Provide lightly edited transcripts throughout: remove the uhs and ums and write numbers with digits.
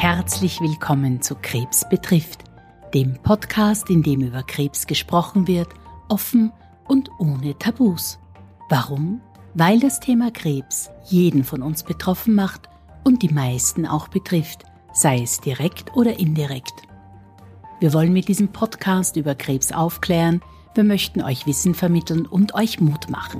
Herzlich willkommen zu Krebs betrifft, dem Podcast, in dem über Krebs gesprochen wird, offen und ohne Tabus. Warum? Weil das Thema Krebs jeden von uns betroffen macht und die meisten auch betrifft, sei es direkt oder indirekt. Wir wollen mit diesem Podcast über Krebs aufklären, wir möchten euch Wissen vermitteln und euch Mut machen.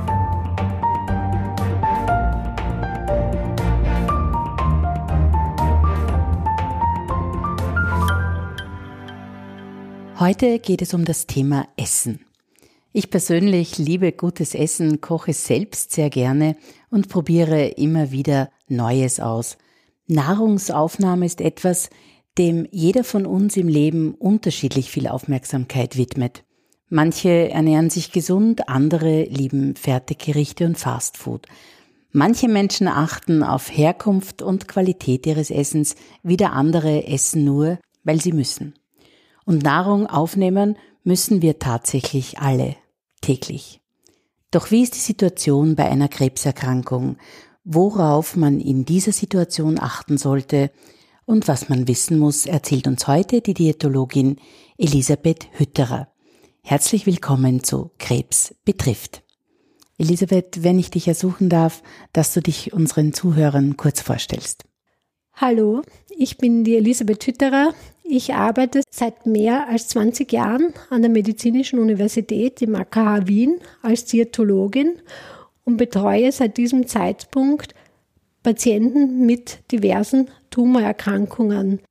Heute geht es um das Thema Essen. Ich persönlich liebe gutes Essen, koche selbst sehr gerne und probiere immer wieder Neues aus. Nahrungsaufnahme ist etwas, dem jeder von uns im Leben unterschiedlich viel Aufmerksamkeit widmet. Manche ernähren sich gesund, andere lieben Fertiggerichte und Fastfood. Manche Menschen achten auf Herkunft und Qualität ihres Essens, wieder andere essen nur, weil sie müssen. Und Nahrung aufnehmen müssen wir tatsächlich alle, täglich. Doch wie ist die Situation bei einer Krebserkrankung? Worauf man in dieser Situation achten sollte und was man wissen muss, erzählt uns heute die Diätologin Elisabeth Hütterer. Herzlich willkommen zu Krebs betrifft. Elisabeth, wenn ich dich ersuchen darf, dass du dich unseren Zuhörern kurz vorstellst. Hallo, ich bin die Elisabeth Hütterer. Ich arbeite seit mehr als 20 Jahren an der Medizinischen Universität im AKH Wien als Diätologin und betreue seit diesem Zeitpunkt Patienten mit diversen Tumorerkrankungen.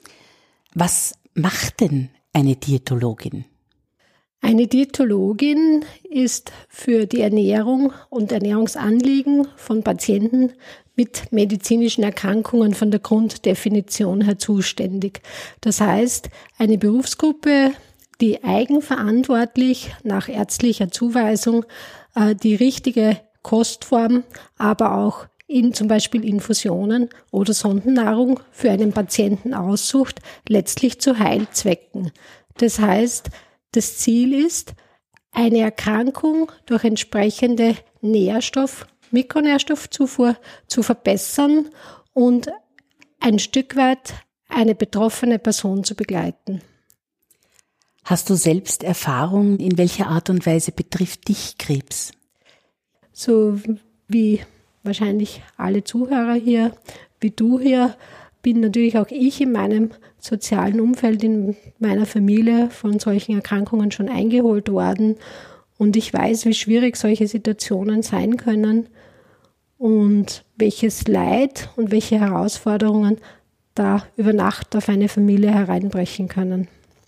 Was macht denn eine Diätologin? Eine Diätologin ist für die Ernährung und Ernährungsanliegen von Patienten mit medizinischen Erkrankungen von der Grunddefinition her zuständig. Das heißt, eine Berufsgruppe, die eigenverantwortlich nach ärztlicher Zuweisung die richtige Kostform, aber auch zum Beispiel Infusionen oder Sondennahrung für einen Patienten aussucht, letztlich zu Heilzwecken. Das heißt, das Ziel ist, eine Erkrankung durch entsprechende Mikronährstoffzufuhr zu verbessern und ein Stück weit eine betroffene Person zu begleiten. Hast du selbst Erfahrung, in welcher Art und Weise betrifft dich Krebs? So wie wahrscheinlich alle Zuhörer hier, wie du hier, bin natürlich auch ich in meinem sozialen Umfeld, in meiner Familie von solchen Erkrankungen schon eingeholt worden. Und ich weiß, wie schwierig solche Situationen sein können und welches Leid und welche Herausforderungen da über Nacht auf eine Familie hereinbrechen können.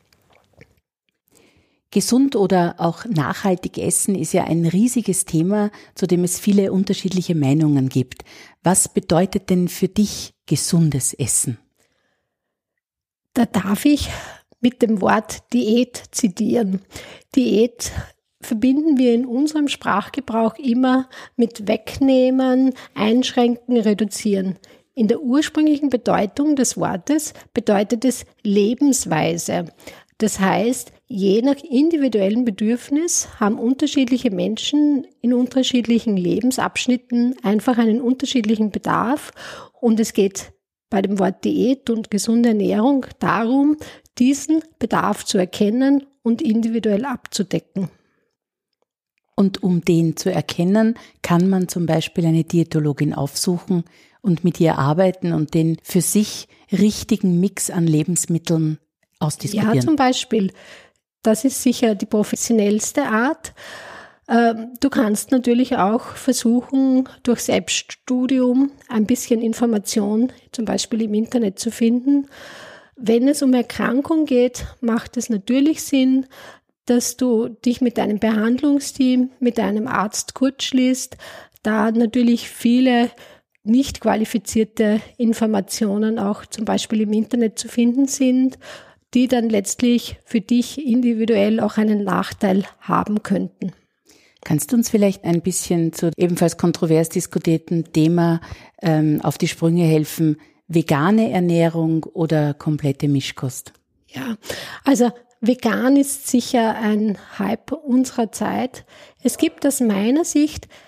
Gesund oder auch nachhaltig essen ist ja ein riesiges Thema, zu dem es viele unterschiedliche Meinungen gibt. Was bedeutet denn für dich gesundes Essen? Da darf ich mit dem Wort Diät zitieren. Diät verbinden wir in unserem Sprachgebrauch immer mit Wegnehmen, Einschränken, Reduzieren. In der ursprünglichen Bedeutung des Wortes bedeutet es Lebensweise. Das heißt, je nach individuellem Bedürfnis haben unterschiedliche Menschen in unterschiedlichen Lebensabschnitten einfach einen unterschiedlichen Bedarf. Und es geht bei dem Wort Diät und gesunde Ernährung darum, diesen Bedarf zu erkennen und individuell abzudecken. Und um den zu erkennen, kann man zum Beispiel eine Diätologin aufsuchen und mit ihr arbeiten und den für sich richtigen Mix an Lebensmitteln ausdiskutieren. Ja, zum Beispiel. Das ist sicher die professionellste Art. Du kannst natürlich auch versuchen, durch Selbststudium ein bisschen Information, zum Beispiel im Internet, zu finden. Wenn es um Erkrankung geht, macht es natürlich Sinn, dass du dich mit deinem Behandlungsteam, mit deinem Arzt kurzschließt, da natürlich viele nicht qualifizierte Informationen auch zum Beispiel im Internet zu finden sind, die dann letztlich für dich individuell auch einen Nachteil haben könnten. Kannst du uns vielleicht ein bisschen zu ebenfalls kontrovers diskutierten Thema auf die Sprünge helfen? Vegane Ernährung oder komplette Mischkost? Ja, also vegan ist sicher ein Hype unserer Zeit. Es gibt aus meiner Sicht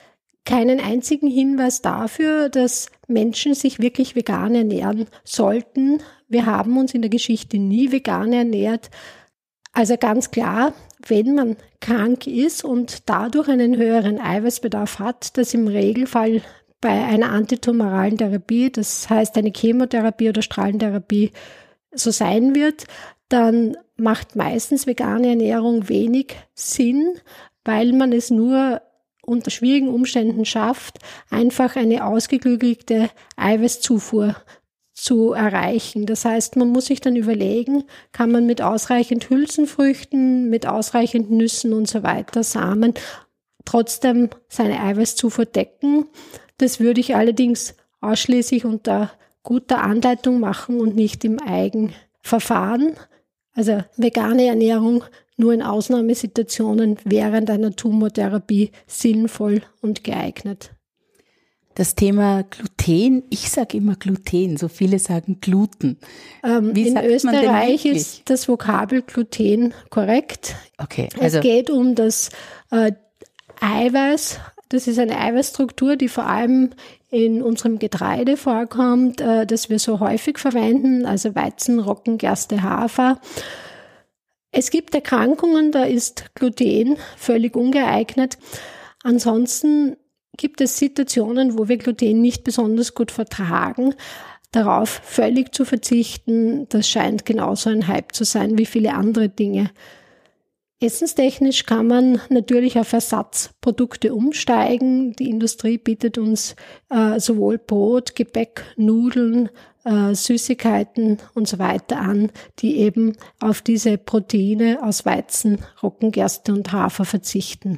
keinen einzigen Hinweis dafür, dass Menschen sich wirklich vegan ernähren sollten. Wir haben uns in der Geschichte nie vegan ernährt. Also ganz klar, wenn man krank ist und dadurch einen höheren Eiweißbedarf hat, das im Regelfall bei einer antitumoralen Therapie, das heißt eine Chemotherapie oder Strahlentherapie, so sein wird, dann macht meistens vegane Ernährung wenig Sinn, weil man es nur unter schwierigen Umständen schafft, einfach eine ausgeklügelte Eiweißzufuhr zu erreichen. Das heißt, man muss sich dann überlegen, kann man mit ausreichend Hülsenfrüchten, mit ausreichend Nüssen und so weiter, Samen, trotzdem seine Eiweißzufuhr decken. Das würde ich allerdings ausschließlich unter guter Anleitung machen und nicht im Eigenverfahren. Also vegane Ernährung nur in Ausnahmesituationen während einer Tumortherapie sinnvoll und geeignet. Das Thema Gluten, ich sage immer Gluten, so viele sagen Gluten. In Österreich ist das Vokabel Gluten korrekt. Okay, also es geht um das Eiweiß. Das ist eine Eiweißstruktur, die vor allem in unserem Getreide vorkommt, das wir so häufig verwenden, also Weizen, Roggen, Gerste, Hafer. Es gibt Erkrankungen, da ist Gluten völlig ungeeignet. Ansonsten gibt es Situationen, wo wir Gluten nicht besonders gut vertragen. Darauf völlig zu verzichten, das scheint genauso ein Hype zu sein wie viele andere Dinge. Essenstechnisch kann man natürlich auf Ersatzprodukte umsteigen. Die Industrie bietet uns sowohl Brot, Gebäck, Nudeln, Süßigkeiten und so weiter an, die eben auf diese Proteine aus Weizen, Roggen, Gerste und Hafer verzichten.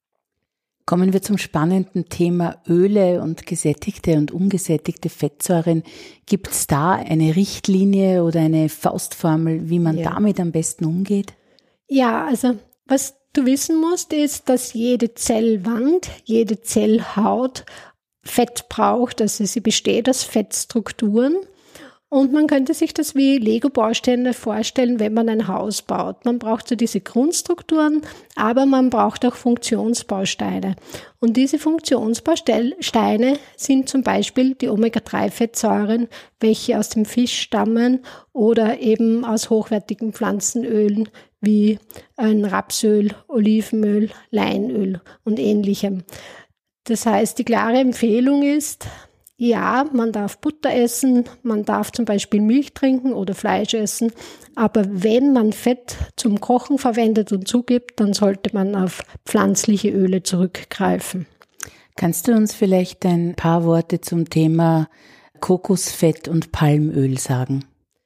Kommen wir zum spannenden Thema Öle und gesättigte und ungesättigte Fettsäuren. Gibt es da eine Richtlinie oder eine Faustformel, wie man damit am besten umgeht? Ja, also was du wissen musst, ist, dass jede Zellwand, jede Zellhaut Fett braucht, also sie besteht aus Fettstrukturen. Und man könnte sich das wie Lego-Bausteine vorstellen, wenn man ein Haus baut. Man braucht so diese Grundstrukturen, aber man braucht auch Funktionsbausteine. Und diese Funktionsbausteine sind zum Beispiel die Omega-3-Fettsäuren, welche aus dem Fisch stammen oder eben aus hochwertigen Pflanzenölen wie ein Rapsöl, Olivenöl, Leinöl und ähnlichem. Das heißt, die klare Empfehlung ist, ja, man darf Butter essen, man darf zum Beispiel Milch trinken oder Fleisch essen, aber wenn man Fett zum Kochen verwendet und zugibt, dann sollte man auf pflanzliche Öle zurückgreifen. Kannst du uns vielleicht ein paar Worte zum Thema Kokosfett und Palmöl sagen?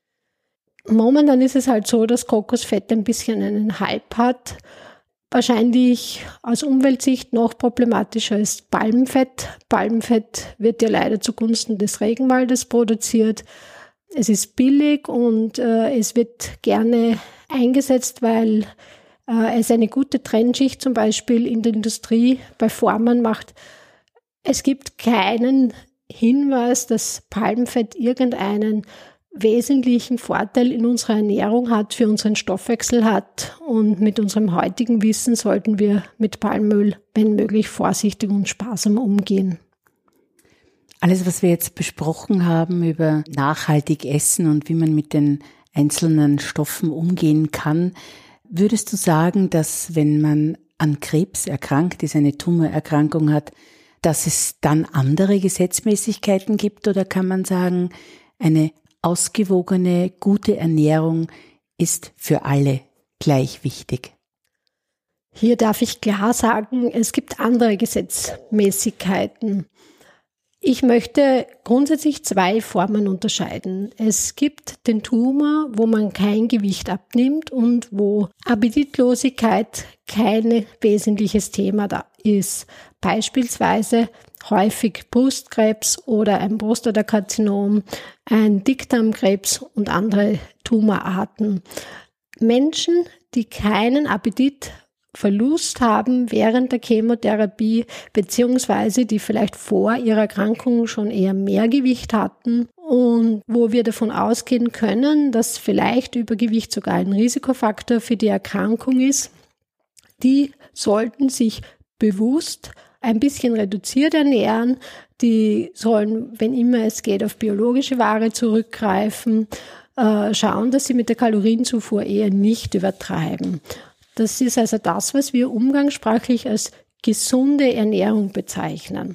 Momentan ist es halt so, dass Kokosfett ein bisschen einen Hype hat. Wahrscheinlich aus Umweltsicht noch problematischer ist Palmfett. Palmfett wird ja leider zugunsten des Regenwaldes produziert. Es ist billig und es wird gerne eingesetzt, weil es eine gute Trennschicht zum Beispiel in der Industrie bei Formen macht. Es gibt keinen Hinweis, dass Palmfett irgendeinen wesentlichen Vorteil in unserer Ernährung hat, für unseren Stoffwechsel hat. Und mit unserem heutigen Wissen sollten wir mit Palmöl, wenn möglich, vorsichtig und sparsam umgehen. Alles, was wir jetzt besprochen haben über nachhaltig Essen und wie man mit den einzelnen Stoffen umgehen kann, würdest du sagen, dass wenn man an Krebs erkrankt ist, eine Tumorerkrankung hat, dass es dann andere Gesetzmäßigkeiten gibt, oder kann man sagen, eine ausgewogene, gute Ernährung ist für alle gleich wichtig? Hier darf ich klar sagen, es gibt andere Gesetzmäßigkeiten. Ich möchte grundsätzlich zwei Formen unterscheiden. Es gibt den Tumor, wo man kein Gewicht abnimmt und wo Appetitlosigkeit kein wesentliches Thema da ist. Beispielsweise häufig Brustkrebs oder ein Prostatakarzinom, ein Dickdarmkrebs und andere Tumorarten. Menschen, die keinen Appetitverlust haben während der Chemotherapie, beziehungsweise die vielleicht vor ihrer Erkrankung schon eher mehr Gewicht hatten und wo wir davon ausgehen können, dass vielleicht Übergewicht sogar ein Risikofaktor für die Erkrankung ist, die sollten sich bewusst ein bisschen reduziert ernähren. Die sollen, wenn immer es geht, auf biologische Ware zurückgreifen, schauen, dass sie mit der Kalorienzufuhr eher nicht übertreiben. Das ist also das, was wir umgangssprachlich als gesunde Ernährung bezeichnen.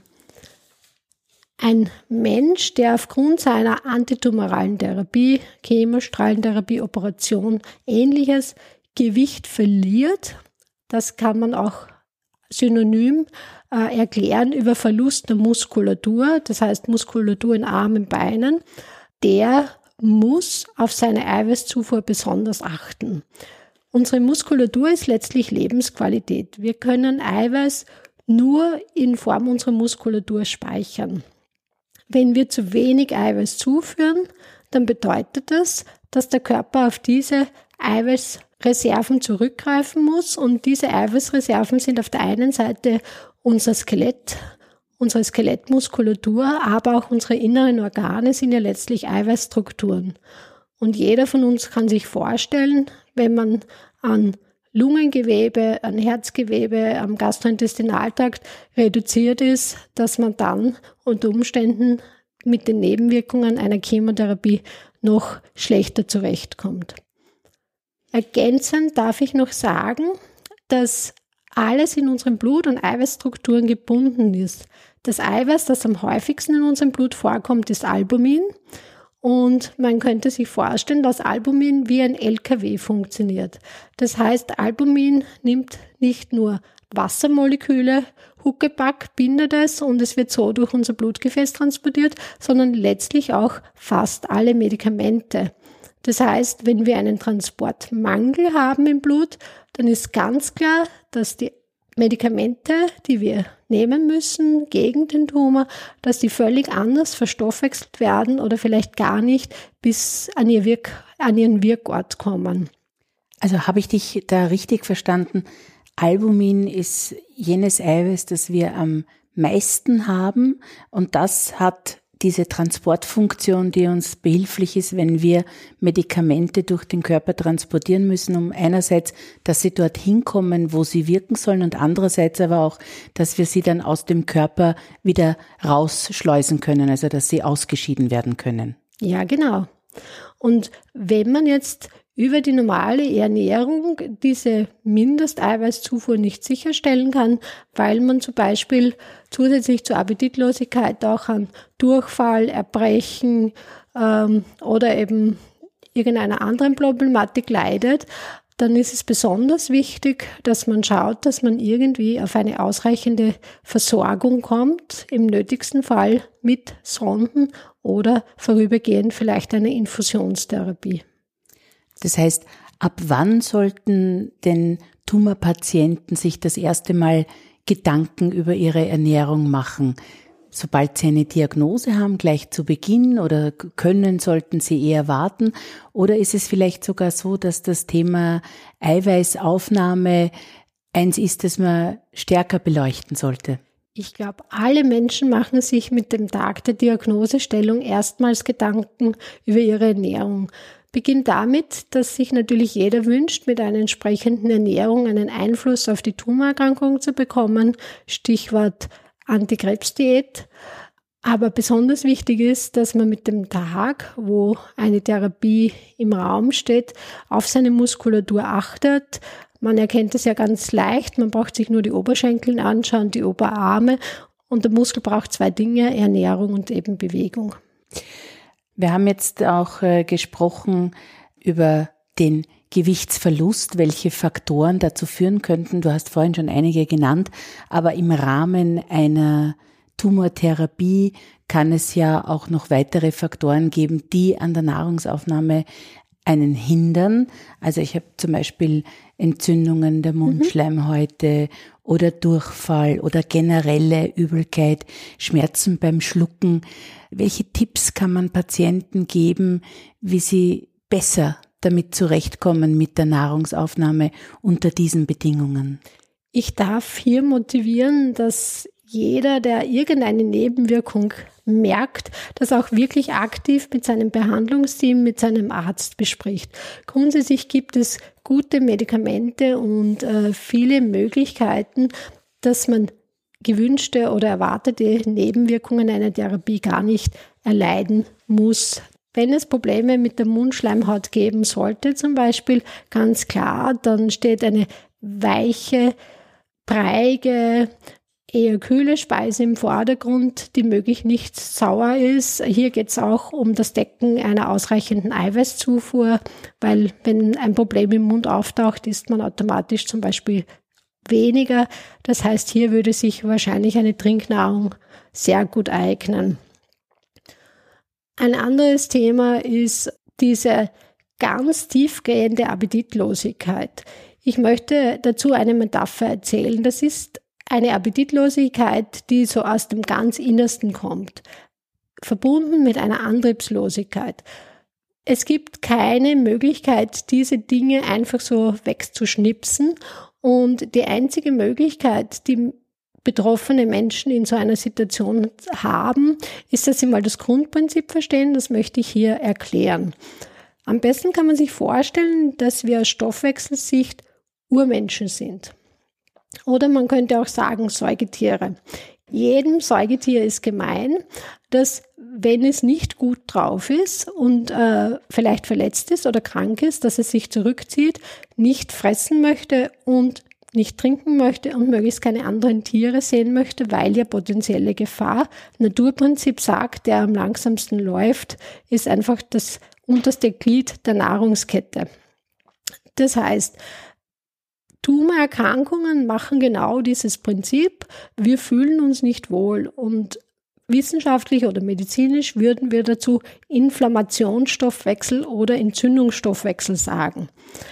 Ein Mensch, der aufgrund seiner antitumoralen Therapie, Chemostrahlentherapie, Operation, Ähnliches Gewicht verliert, das kann man auch synonym erklären über Verlust der Muskulatur, das heißt Muskulatur in Armen, Beinen, der muss auf seine Eiweißzufuhr besonders achten. Unsere Muskulatur ist letztlich Lebensqualität. Wir können Eiweiß nur in Form unserer Muskulatur speichern. Wenn wir zu wenig Eiweiß zuführen, dann bedeutet das, dass der Körper auf diese Eiweißreserven zurückgreifen muss. Und diese Eiweißreserven sind auf der einen Seite unser Skelett, unsere Skelettmuskulatur, aber auch unsere inneren Organe sind ja letztlich Eiweißstrukturen. Und jeder von uns kann sich vorstellen, wenn man an Lungengewebe, an Herzgewebe, am Gastrointestinaltrakt reduziert ist, dass man dann unter Umständen mit den Nebenwirkungen einer Chemotherapie noch schlechter zurechtkommt. Ergänzend darf ich noch sagen, dass alles in unserem Blut an Eiweißstrukturen gebunden ist. Das Eiweiß, das am häufigsten in unserem Blut vorkommt, ist Albumin. Und man könnte sich vorstellen, dass Albumin wie ein LKW funktioniert. Das heißt, Albumin nimmt nicht nur Wassermoleküle, Huckepack bindet es und es wird so durch unser Blutgefäß transportiert, sondern letztlich auch fast alle Medikamente. Das heißt, wenn wir einen Transportmangel haben im Blut, dann ist ganz klar, dass die Medikamente, die wir nehmen müssen gegen den Tumor, dass die völlig anders verstoffwechselt werden oder vielleicht gar nicht bis an ihren Wirkort kommen. Also habe ich dich da richtig verstanden? Albumin ist jenes Eiweiß, das wir am meisten haben, und das hat diese Transportfunktion, die uns behilflich ist, wenn wir Medikamente durch den Körper transportieren müssen, um einerseits, dass sie dorthin kommen, wo sie wirken sollen, und andererseits aber auch, dass wir sie dann aus dem Körper wieder rausschleusen können, also dass sie ausgeschieden werden können. Ja, genau. Und wenn man jetzt über die normale Ernährung diese Mindesteiweißzufuhr nicht sicherstellen kann, weil man zum Beispiel zusätzlich zur Appetitlosigkeit auch an Durchfall, Erbrechen oder eben irgendeiner anderen Problematik leidet, dann ist es besonders wichtig, dass man schaut, dass man irgendwie auf eine ausreichende Versorgung kommt, im nötigsten Fall mit Sonden oder vorübergehend vielleicht eine Infusionstherapie. Das heißt, ab wann sollten denn Tumorpatienten sich das erste Mal Gedanken über ihre Ernährung machen? Sobald sie eine Diagnose haben, gleich zu Beginn, oder sollten sie eher warten? Oder ist es vielleicht sogar so, dass das Thema Eiweißaufnahme eins ist, das man stärker beleuchten sollte? Ich glaube, alle Menschen machen sich mit dem Tag der Diagnosestellung erstmals Gedanken über ihre Ernährung. Beginnt damit, dass sich natürlich jeder wünscht, mit einer entsprechenden Ernährung einen Einfluss auf die Tumorerkrankung zu bekommen. Stichwort Antikrebsdiät. Aber besonders wichtig ist, dass man mit dem Tag, wo eine Therapie im Raum steht, auf seine Muskulatur achtet. Man erkennt es ja ganz leicht. Man braucht sich nur die Oberschenkel anschauen, die Oberarme. Und der Muskel braucht zwei Dinge, Ernährung und eben Bewegung. Wir haben jetzt auch gesprochen über den Gewichtsverlust, welche Faktoren dazu führen könnten. Du hast vorhin schon einige genannt, aber im Rahmen einer Tumortherapie kann es ja auch noch weitere Faktoren geben, die an der Nahrungsaufnahme einen hindern. Also ich habe zum Beispiel Entzündungen der Mundschleimhäute oder Durchfall oder generelle Übelkeit, Schmerzen beim Schlucken. Welche Tipps kann man Patienten geben, wie sie besser damit zurechtkommen mit der Nahrungsaufnahme unter diesen Bedingungen? Ich darf hier motivieren, dass jeder, der irgendeine Nebenwirkung merkt, das auch wirklich aktiv mit seinem Behandlungsteam, mit seinem Arzt bespricht. Grundsätzlich gibt es gute Medikamente und viele Möglichkeiten, dass man gewünschte oder erwartete Nebenwirkungen einer Therapie gar nicht erleiden muss. Wenn es Probleme mit der Mundschleimhaut geben sollte, zum Beispiel, ganz klar, dann steht eine weiche, breiige, eher kühle Speise im Vordergrund, die möglich nicht sauer ist. Hier geht es auch um das Decken einer ausreichenden Eiweißzufuhr, weil wenn ein Problem im Mund auftaucht, isst man automatisch zum Beispiel weniger. Das heißt, hier würde sich wahrscheinlich eine Trinknahrung sehr gut eignen. Ein anderes Thema ist diese ganz tiefgehende Appetitlosigkeit. Ich möchte dazu eine Metapher erzählen. Das ist eine Appetitlosigkeit, die so aus dem ganz Innersten kommt, verbunden mit einer Antriebslosigkeit. Es gibt keine Möglichkeit, diese Dinge einfach so wegzuschnipsen, und die einzige Möglichkeit, die betroffene Menschen in so einer Situation haben, ist, dass sie mal das Grundprinzip verstehen. Das möchte ich hier erklären. Am besten kann man sich vorstellen, dass wir aus Stoffwechselsicht Urmenschen sind. Oder man könnte auch sagen Säugetiere. Jedem Säugetier ist gemein, dass wenn es nicht gut drauf ist und vielleicht verletzt ist oder krank ist, dass es sich zurückzieht, nicht fressen möchte und nicht trinken möchte und möglichst keine anderen Tiere sehen möchte, weil ja potenzielle Gefahr. Naturprinzip sagt, der am langsamsten läuft, ist einfach das unterste Glied der Nahrungskette. Das heißt, Tumorerkrankungen machen genau dieses Prinzip. Wir fühlen uns nicht wohl, und wissenschaftlich oder medizinisch würden wir dazu Inflammationsstoffwechsel oder Entzündungsstoffwechsel sagen.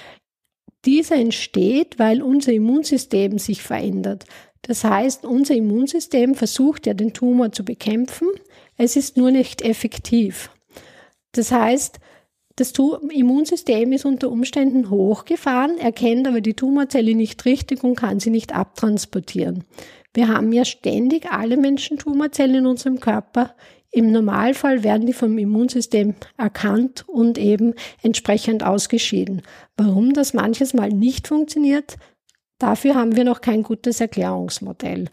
Dieser entsteht, weil unser Immunsystem sich verändert. Das heißt, unser Immunsystem versucht ja, den Tumor zu bekämpfen. Es ist nur nicht effektiv. Das heißt, das Immunsystem ist unter Umständen hochgefahren, erkennt aber die Tumorzelle nicht richtig und kann sie nicht abtransportieren. Wir haben ja ständig alle Menschen Tumorzellen in unserem Körper. Im Normalfall werden die vom Immunsystem erkannt und eben entsprechend ausgeschieden. Warum das manches Mal nicht funktioniert, dafür haben wir noch kein gutes Erklärungsmodell.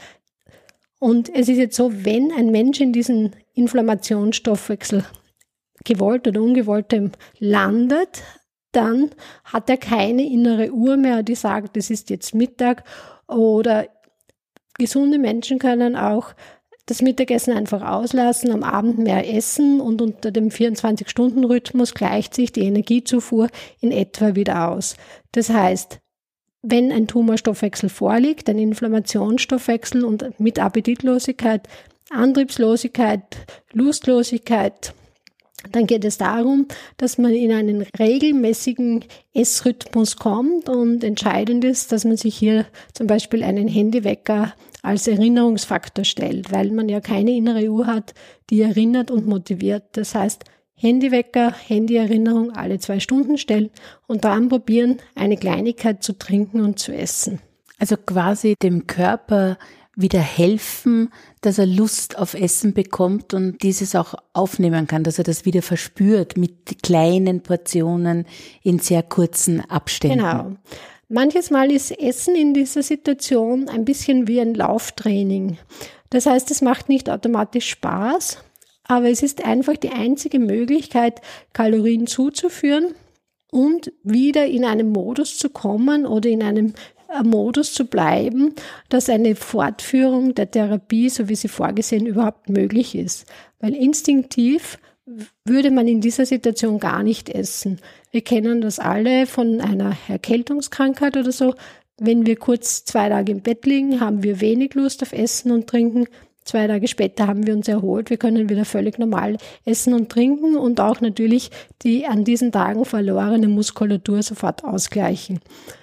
Und es ist jetzt so, wenn ein Mensch in diesen Inflammationsstoffwechsel gewollt oder ungewollt landet, dann hat er keine innere Uhr mehr, die sagt, es ist jetzt Mittag. Oder gesunde Menschen können auch das Mittagessen einfach auslassen, am Abend mehr essen, und unter dem 24-Stunden-Rhythmus gleicht sich die Energiezufuhr in etwa wieder aus. Das heißt, wenn ein Tumorstoffwechsel vorliegt, ein Inflammationsstoffwechsel und mit Appetitlosigkeit, Antriebslosigkeit, Lustlosigkeit, dann geht es darum, dass man in einen regelmäßigen Essrhythmus kommt, und entscheidend ist, dass man sich hier zum Beispiel einen Handywecker als Erinnerungsfaktor stellt, weil man ja keine innere Uhr hat, die erinnert und motiviert. Das heißt, Handywecker, Handyerinnerung alle 2 Stunden stellen und dann probieren, eine Kleinigkeit zu trinken und zu essen. Also quasi dem Körper wieder helfen, dass er Lust auf Essen bekommt und dieses auch aufnehmen kann, dass er das wieder verspürt mit kleinen Portionen in sehr kurzen Abständen. Genau. Manches Mal ist Essen in dieser Situation ein bisschen wie ein Lauftraining. Das heißt, es macht nicht automatisch Spaß, aber es ist einfach die einzige Möglichkeit, Kalorien zuzuführen und wieder in einen Modus zu kommen oder in einem Modus zu bleiben, dass eine Fortführung der Therapie, so wie sie vorgesehen, überhaupt möglich ist. Weil instinktiv würde man in dieser Situation gar nicht essen. Wir kennen das alle von einer Erkältungskrankheit oder so. Wenn wir kurz 2 Tage im Bett liegen, haben wir wenig Lust auf Essen und Trinken. 2 Tage später haben wir uns erholt. Wir können wieder völlig normal essen und trinken und auch natürlich die an diesen Tagen verlorene Muskulatur sofort ausgleichen.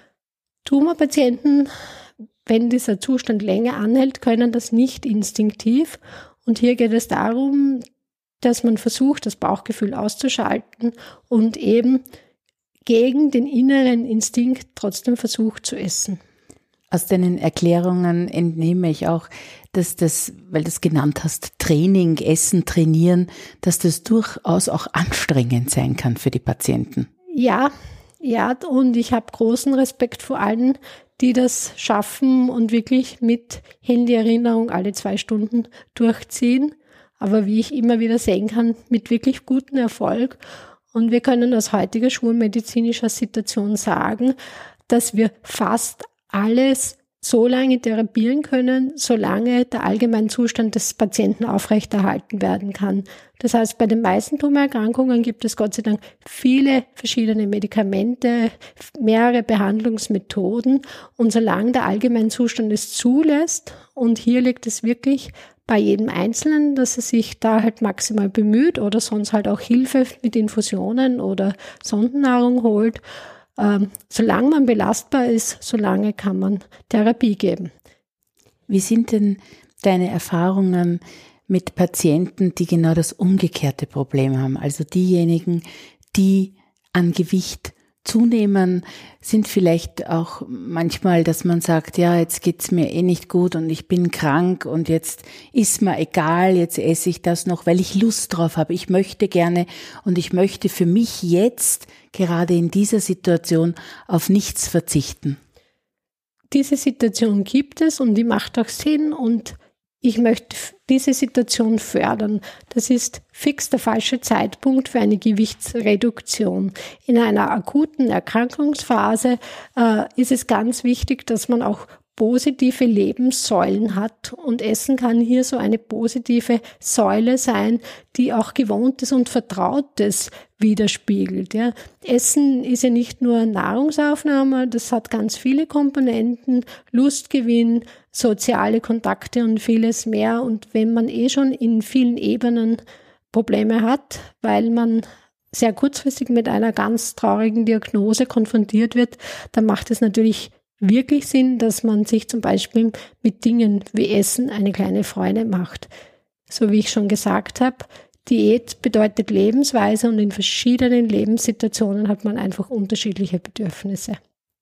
Tumorpatienten, wenn dieser Zustand länger anhält, können das nicht instinktiv. Und hier geht es darum, dass man versucht, das Bauchgefühl auszuschalten und eben gegen den inneren Instinkt trotzdem versucht zu essen. Aus deinen Erklärungen entnehme ich auch, dass das, weil du es genannt hast, Training, Essen, Trainieren, dass das durchaus auch anstrengend sein kann für die Patienten. Ja, und ich habe großen Respekt vor allen, die das schaffen und wirklich mit Handyerinnerung alle 2 Stunden durchziehen. Aber wie ich immer wieder sehen kann, mit wirklich gutem Erfolg. Und wir können aus heutiger schulmedizinischer Situation sagen, dass wir fast alles so lange therapieren können, solange der Allgemeinzustand des Patienten aufrechterhalten werden kann. Das heißt, bei den meisten Tumorerkrankungen gibt es Gott sei Dank viele verschiedene Medikamente, mehrere Behandlungsmethoden. Und solange der Allgemeinzustand es zulässt, und hier liegt es wirklich bei jedem Einzelnen, dass er sich da halt maximal bemüht oder sonst halt auch Hilfe mit Infusionen oder Sondennahrung holt. Solange man belastbar ist, solange kann man Therapie geben. Wie sind denn deine Erfahrungen mit Patienten, die genau das umgekehrte Problem haben? Also diejenigen, die an Gewicht zunehmen, sind vielleicht auch manchmal, dass man sagt, ja, jetzt geht's mir eh nicht gut und ich bin krank und jetzt ist mir egal, jetzt esse ich das noch, weil ich Lust drauf habe. Ich möchte gerne und ich möchte für mich jetzt gerade in dieser Situation auf nichts verzichten. Diese Situation gibt es und die macht auch Sinn und ich möchte diese Situation fördern. Das ist fix der falsche Zeitpunkt für eine Gewichtsreduktion. In einer akuten Erkrankungsphase ist es ganz wichtig, dass man auch positive Lebenssäulen hat und Essen kann hier so eine positive Säule sein, die auch Gewohntes und Vertrautes widerspiegelt. Ja. Essen ist ja nicht nur Nahrungsaufnahme, das hat ganz viele Komponenten, Lustgewinn, soziale Kontakte und vieles mehr. Und wenn man schon in vielen Ebenen Probleme hat, weil man sehr kurzfristig mit einer ganz traurigen Diagnose konfrontiert wird, dann macht es natürlich wirklich Sinn, dass man sich zum Beispiel mit Dingen wie Essen eine kleine Freude macht. So wie ich schon gesagt habe, Diät bedeutet Lebensweise und in verschiedenen Lebenssituationen hat man einfach unterschiedliche Bedürfnisse.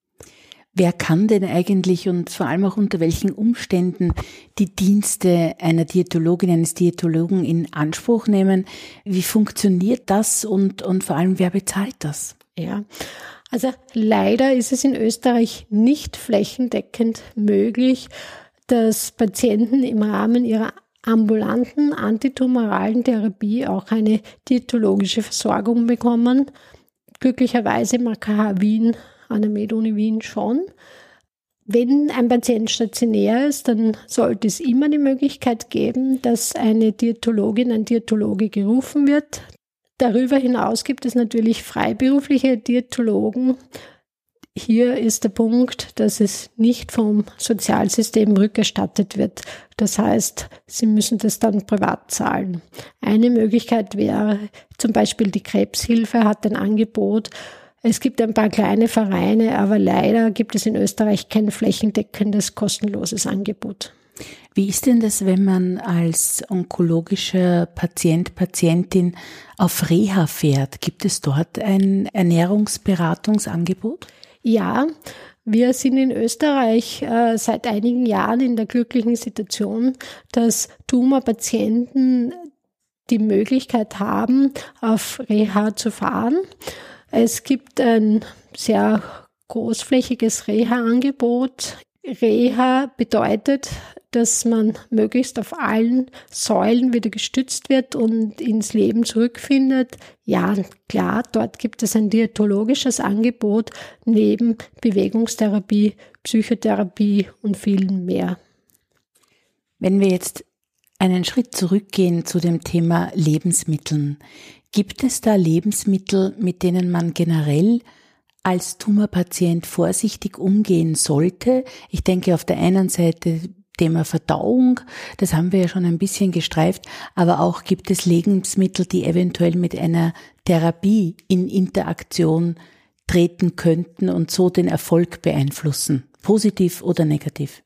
Wer kann denn eigentlich und vor allem auch unter welchen Umständen die Dienste einer Diätologin, eines Diätologen in Anspruch nehmen? Wie funktioniert das und vor allem, wer bezahlt das? Ja, also leider ist es in Österreich nicht flächendeckend möglich, dass Patienten im Rahmen ihrer ambulanten antitumoralen Therapie auch eine diätologische Versorgung bekommen. Glücklicherweise im AKH Wien, an der MedUni Wien schon. Wenn ein Patient stationär ist, dann sollte es immer die Möglichkeit geben, dass eine Diätologin, ein Diätologe gerufen wird. Darüber hinaus gibt es natürlich freiberufliche Diätologen. Hier ist der Punkt, dass es nicht vom Sozialsystem rückerstattet wird. Das heißt, Sie müssen das dann privat zahlen. Eine Möglichkeit wäre zum Beispiel die Krebshilfe hat ein Angebot. Es gibt ein paar kleine Vereine, aber leider gibt es in Österreich kein flächendeckendes, kostenloses Angebot. Wie ist denn das, wenn man als onkologischer Patient, Patientin auf Reha fährt? Gibt es dort ein Ernährungsberatungsangebot? Ja, wir sind in Österreich seit einigen Jahren in der glücklichen Situation, dass Tumorpatienten die Möglichkeit haben, auf Reha zu fahren. Es gibt ein sehr großflächiges Reha-Angebot. Reha bedeutet, dass man möglichst auf allen Säulen wieder gestützt wird und ins Leben zurückfindet. Ja, klar, dort gibt es ein diätologisches Angebot neben Bewegungstherapie, Psychotherapie und vielen mehr. Wenn wir jetzt einen Schritt zurückgehen zu dem Thema Lebensmitteln, gibt es da Lebensmittel, mit denen man generell als Tumorpatient vorsichtig umgehen sollte? Ich denke auf der einen Seite Thema Verdauung, das haben wir ja schon ein bisschen gestreift, aber auch gibt es Lebensmittel, die eventuell mit einer Therapie in Interaktion treten könnten und so den Erfolg beeinflussen, positiv oder negativ?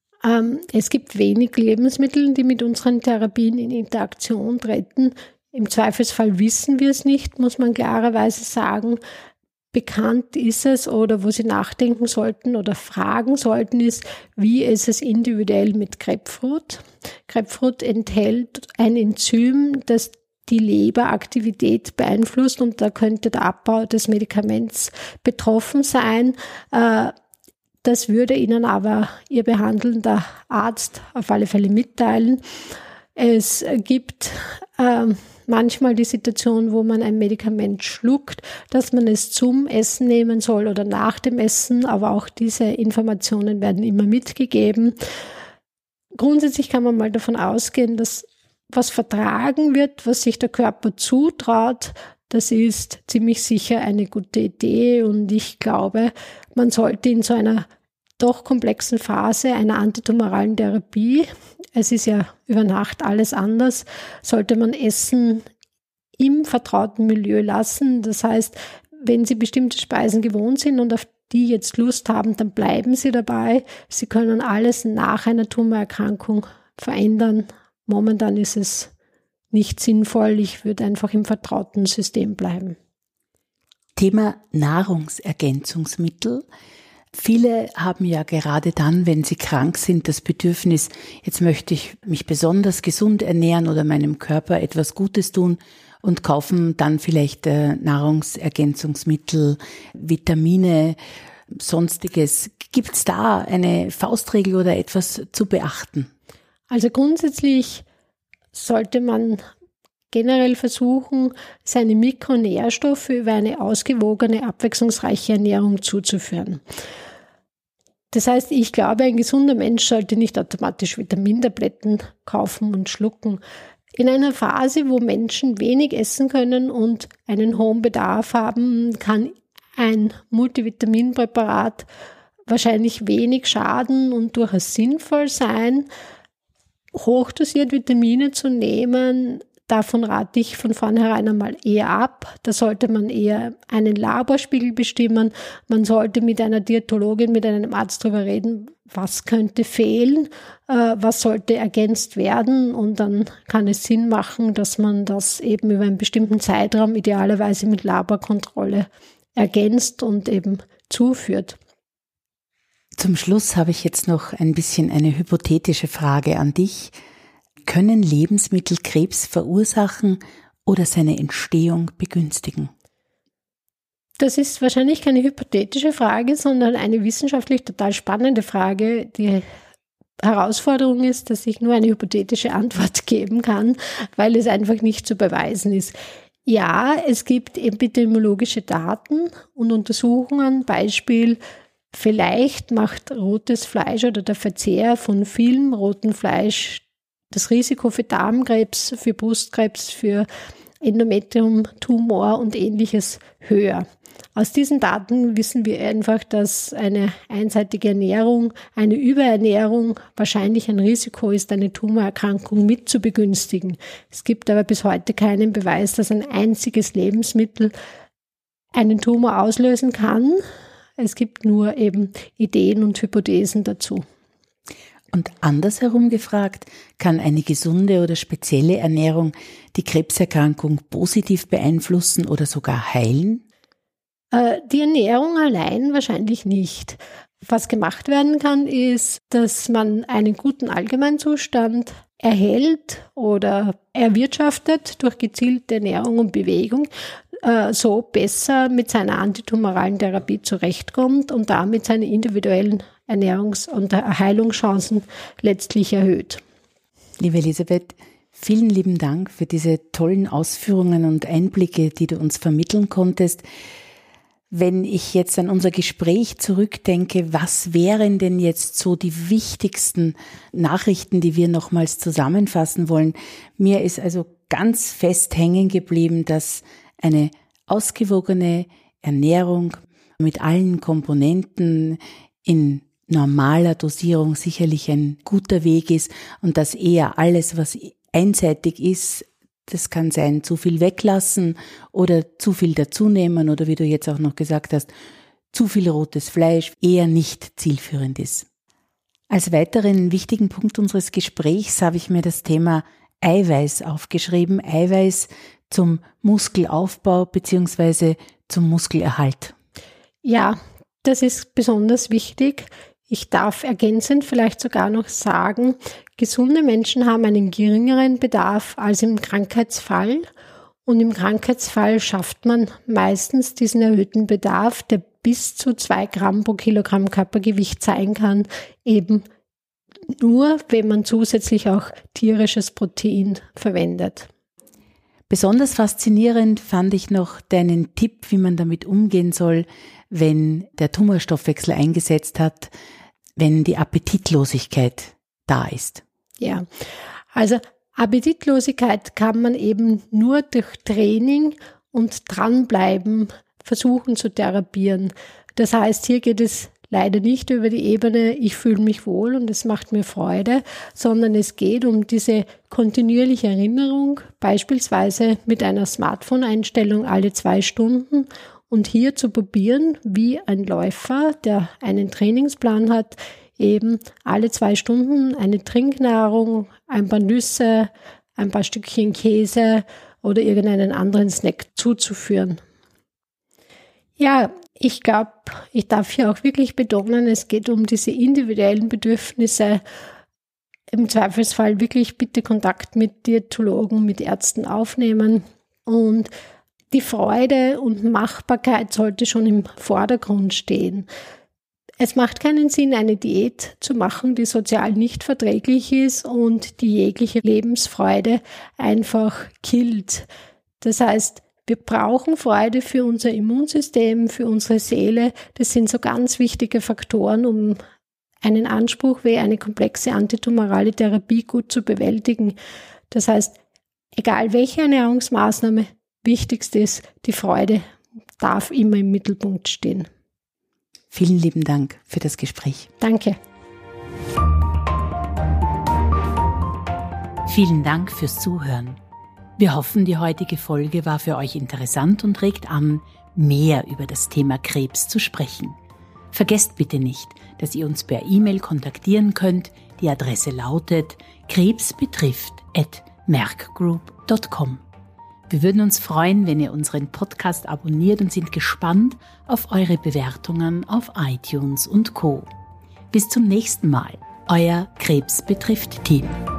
Es gibt wenig Lebensmittel, die mit unseren Therapien in Interaktion treten. Im Zweifelsfall wissen wir es nicht, muss man klarerweise sagen. Bekannt ist es oder wo Sie nachdenken sollten oder fragen sollten ist, wie ist es individuell mit Grapefruit? Grapefruit enthält ein Enzym, das die Leberaktivität beeinflusst und da könnte der Abbau des Medikaments betroffen sein. Das würde Ihnen aber Ihr behandelnder Arzt auf alle Fälle mitteilen. Es gibt manchmal die Situation, wo man ein Medikament schluckt, dass man es zum Essen nehmen soll oder nach dem Essen, aber auch diese Informationen werden immer mitgegeben. Grundsätzlich kann man mal davon ausgehen, dass was vertragen wird, was sich der Körper zutraut, das ist ziemlich sicher eine gute Idee und ich glaube, man sollte in so einer doch komplexen Phase einer antitumoralen Therapie, es ist ja über Nacht alles anders, sollte man Essen im vertrauten Milieu lassen. Das heißt, wenn Sie bestimmte Speisen gewohnt sind und auf die jetzt Lust haben, dann bleiben Sie dabei. Sie können alles nach einer Tumorerkrankung verändern. Momentan ist es nicht sinnvoll. Ich würde einfach im vertrauten System bleiben. Thema Nahrungsergänzungsmittel. Viele haben ja gerade dann, wenn sie krank sind, das Bedürfnis, jetzt möchte ich mich besonders gesund ernähren oder meinem Körper etwas Gutes tun und kaufen dann vielleicht Nahrungsergänzungsmittel, Vitamine, Sonstiges. Gibt es da eine Faustregel oder etwas zu beachten? Also grundsätzlich sollte man generell versuchen, seine Mikronährstoffe über eine ausgewogene, abwechslungsreiche Ernährung zuzuführen. Das heißt, ich glaube, ein gesunder Mensch sollte nicht automatisch Vitamintabletten kaufen und schlucken. In einer Phase, wo Menschen wenig essen können und einen hohen Bedarf haben, kann ein Multivitaminpräparat wahrscheinlich wenig schaden und durchaus sinnvoll sein. Hochdosiert Vitamine zu nehmen, davon rate ich von vornherein einmal eher ab. Da sollte man eher einen Laborspiegel bestimmen. Man sollte mit einer Diätologin, mit einem Arzt darüber reden, was könnte fehlen, was sollte ergänzt werden. Und dann kann es Sinn machen, dass man das eben über einen bestimmten Zeitraum idealerweise mit Laborkontrolle ergänzt und eben zuführt. Zum Schluss habe ich jetzt noch ein bisschen eine hypothetische Frage an dich. Können Lebensmittel Krebs verursachen oder seine Entstehung begünstigen? Das ist wahrscheinlich keine hypothetische Frage, sondern eine wissenschaftlich total spannende Frage. Die Herausforderung ist, dass ich nur eine hypothetische Antwort geben kann, weil es einfach nicht zu beweisen ist. Ja, es gibt epidemiologische Daten und Untersuchungen, Beispiel, vielleicht macht rotes Fleisch oder der Verzehr von vielem rotem Fleisch das Risiko für Darmkrebs, für Brustkrebs, für Endometrium-Tumor und Ähnliches höher. Aus diesen Daten wissen wir einfach, dass eine einseitige Ernährung, eine Überernährung wahrscheinlich ein Risiko ist, eine Tumorerkrankung mit zu begünstigen. Es gibt aber bis heute keinen Beweis, dass ein einziges Lebensmittel einen Tumor auslösen kann. Es gibt nur eben Ideen und Hypothesen dazu. Und andersherum gefragt, kann eine gesunde oder spezielle Ernährung die Krebserkrankung positiv beeinflussen oder sogar heilen? Die Ernährung allein wahrscheinlich nicht. Was gemacht werden kann, ist, dass man einen guten Allgemeinzustand erhält oder erwirtschaftet durch gezielte Ernährung und Bewegung, so besser mit seiner antitumoralen Therapie zurechtkommt und damit seine individuellen Ernährungs- und Heilungschancen letztlich erhöht. Liebe Elisabeth, vielen lieben Dank für diese tollen Ausführungen und Einblicke, die du uns vermitteln konntest. Wenn ich jetzt an unser Gespräch zurückdenke, was wären denn jetzt so die wichtigsten Nachrichten, die wir nochmals zusammenfassen wollen? Mir ist also ganz fest hängen geblieben, dass eine ausgewogene Ernährung mit allen Komponenten in normaler Dosierung sicherlich ein guter Weg ist und dass eher alles, was einseitig ist, das kann sein, zu viel weglassen oder zu viel dazunehmen oder wie du jetzt auch noch gesagt hast, zu viel rotes Fleisch eher nicht zielführend ist. Als weiteren wichtigen Punkt unseres Gesprächs habe ich mir das Thema Eiweiß aufgeschrieben. Eiweiß zum Muskelaufbau bzw. zum Muskelerhalt. Ja, das ist besonders wichtig. Ich darf ergänzend vielleicht sogar noch sagen, gesunde Menschen haben einen geringeren Bedarf als im Krankheitsfall. Und im Krankheitsfall schafft man meistens diesen erhöhten Bedarf, der bis zu 2 Gramm pro Kilogramm Körpergewicht sein kann, eben nur, wenn man zusätzlich auch tierisches Protein verwendet. Besonders faszinierend fand ich noch deinen Tipp, wie man damit umgehen soll, wenn der Tumorstoffwechsel eingesetzt hat, wenn die Appetitlosigkeit da ist. Ja, also Appetitlosigkeit kann man eben nur durch Training und Dranbleiben versuchen zu therapieren. Das heißt, hier geht es leider nicht über die Ebene, ich fühle mich wohl und es macht mir Freude, sondern es geht um diese kontinuierliche Erinnerung, beispielsweise mit einer Smartphone-Einstellung alle 2 Stunden und hier zu probieren, wie ein Läufer, der einen Trainingsplan hat, eben alle 2 Stunden eine Trinknahrung, ein paar Nüsse, ein paar Stückchen Käse oder irgendeinen anderen Snack zuzuführen. Ja, ich glaube, ich darf hier auch wirklich betonen, es geht um diese individuellen Bedürfnisse. Im Zweifelsfall wirklich bitte Kontakt mit Diätologen, mit Ärzten aufnehmen. Und die Freude und Machbarkeit sollte schon im Vordergrund stehen. Es macht keinen Sinn, eine Diät zu machen, die sozial nicht verträglich ist und die jegliche Lebensfreude einfach killt. Das heißt, wir brauchen Freude für unser Immunsystem, für unsere Seele. Das sind so ganz wichtige Faktoren, um einen Anspruch wie eine komplexe antitumorale Therapie gut zu bewältigen. Das heißt, egal welche Ernährungsmaßnahme, wichtigst ist, die Freude darf immer im Mittelpunkt stehen. Vielen lieben Dank für das Gespräch. Danke. Vielen Dank fürs Zuhören. Wir hoffen, die heutige Folge war für euch interessant und regt an, mehr über das Thema Krebs zu sprechen. Vergesst bitte nicht, dass ihr uns per E-Mail kontaktieren könnt. Die Adresse lautet krebsbetrifft@merckgroup.com. Wir würden uns freuen, wenn ihr unseren Podcast abonniert und sind gespannt auf eure Bewertungen auf iTunes und Co. Bis zum nächsten Mal, euer Krebs betrifft Team.